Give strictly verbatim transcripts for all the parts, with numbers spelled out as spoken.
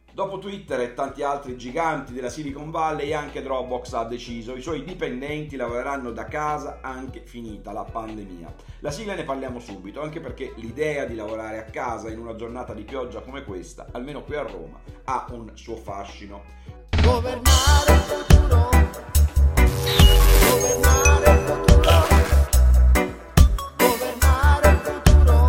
Dopo Twitter e tanti altri giganti della Silicon Valley, anche Dropbox ha deciso: i suoi dipendenti lavoreranno da casa anche finita la pandemia. La sigla ne parliamo subito, anche perché l'idea di lavorare a casa in una giornata di pioggia come questa, almeno qui a Roma, ha un suo fascino. Governare il futuro, governare il futuro, governare il futuro.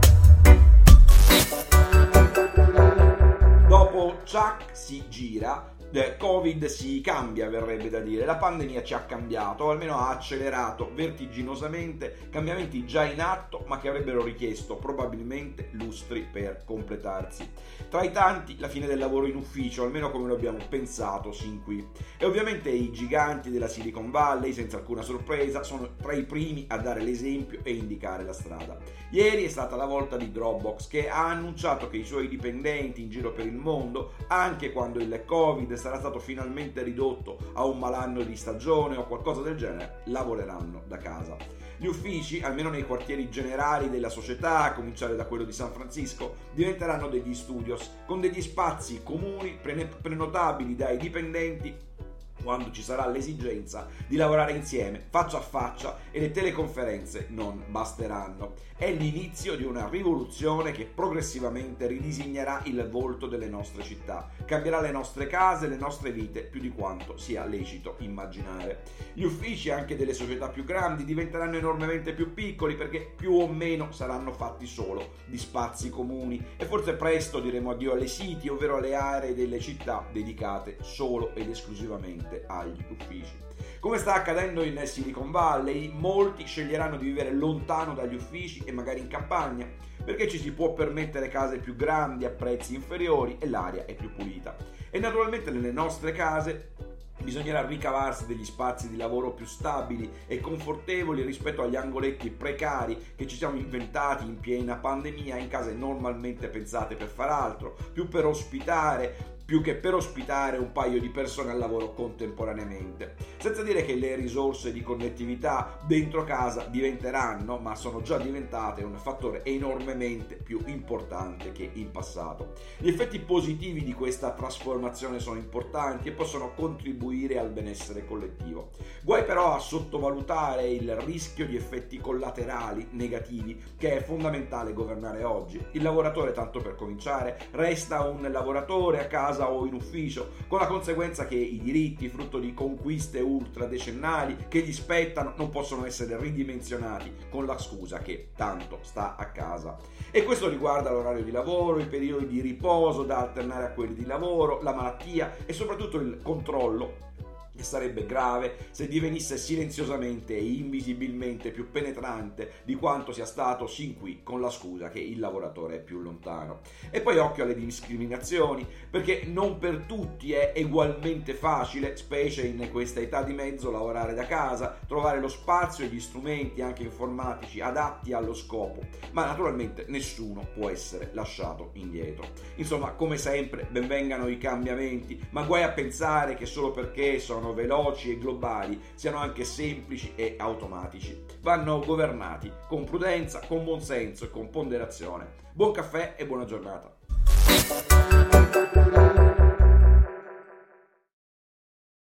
Dopo Chuck si gira, Covid si cambia, verrebbe da dire. La pandemia ci ha cambiato, o almeno ha accelerato vertiginosamente cambiamenti già in atto, ma che avrebbero richiesto probabilmente lustri per completarsi. Tra i tanti, la fine del lavoro in ufficio, almeno come lo abbiamo pensato sin qui. E ovviamente i giganti della Silicon Valley, senza alcuna sorpresa, sono tra i primi a dare l'esempio e indicare la strada. Ieri è stata la volta di Dropbox, che ha annunciato che i suoi dipendenti in giro per il mondo, anche quando il Covid sarà stato finalmente ridotto a un malanno di stagione o qualcosa del genere, lavoreranno da casa. Gli uffici, almeno nei quartieri generali della società, a cominciare da quello di San Francisco, diventeranno degli studios con degli spazi comuni prenotabili dai dipendenti quando ci sarà l'esigenza di lavorare insieme, faccia a faccia, e le teleconferenze non basteranno. È l'inizio di una rivoluzione che progressivamente ridisegnerà il volto delle nostre città, cambierà le nostre case, le nostre vite, più di quanto sia lecito immaginare. Gli uffici anche delle società più grandi diventeranno enormemente più piccoli, perché più o meno saranno fatti solo di spazi comuni, e forse presto diremo addio alle city, ovvero alle aree delle città dedicate solo ed esclusivamente agli uffici. Come sta accadendo in Silicon Valley, molti sceglieranno di vivere lontano dagli uffici e magari in campagna, perché ci si può permettere case più grandi a prezzi inferiori e l'aria è più pulita. E naturalmente nelle nostre case bisognerà ricavarsi degli spazi di lavoro più stabili e confortevoli rispetto agli angoletti precari che ci siamo inventati in piena pandemia, in case normalmente pensate per far altro, più per ospitare più che per ospitare un paio di persone al lavoro contemporaneamente. Senza dire che le risorse di connettività dentro casa diventeranno, ma sono già diventate, un fattore enormemente più importante che in passato. Gli effetti positivi di questa trasformazione sono importanti e possono contribuire al benessere collettivo. Guai però a sottovalutare il rischio di effetti collaterali negativi che è fondamentale governare oggi. Il lavoratore, tanto per cominciare, resta un lavoratore a casa o in ufficio, con la conseguenza che i diritti, frutto di conquiste ultradecennali che gli spettano, non possono essere ridimensionati con la scusa che tanto sta a casa. E questo riguarda l'orario di lavoro, i periodi di riposo da alternare a quelli di lavoro, la malattia e soprattutto il controllo, che sarebbe grave se divenisse silenziosamente e invisibilmente più penetrante di quanto sia stato sin qui, con la scusa che il lavoratore è più lontano. E poi occhio alle discriminazioni, perché non per tutti è ugualmente facile, specie in questa età di mezzo, lavorare da casa, trovare lo spazio e gli strumenti anche informatici adatti allo scopo, ma naturalmente nessuno può essere lasciato indietro. Insomma, come sempre, benvengano i cambiamenti, ma guai a pensare che solo perché sono veloci e globali siano anche semplici e automatici. Vanno governati con prudenza, con buonsenso e con ponderazione. Buon caffè e buona giornata.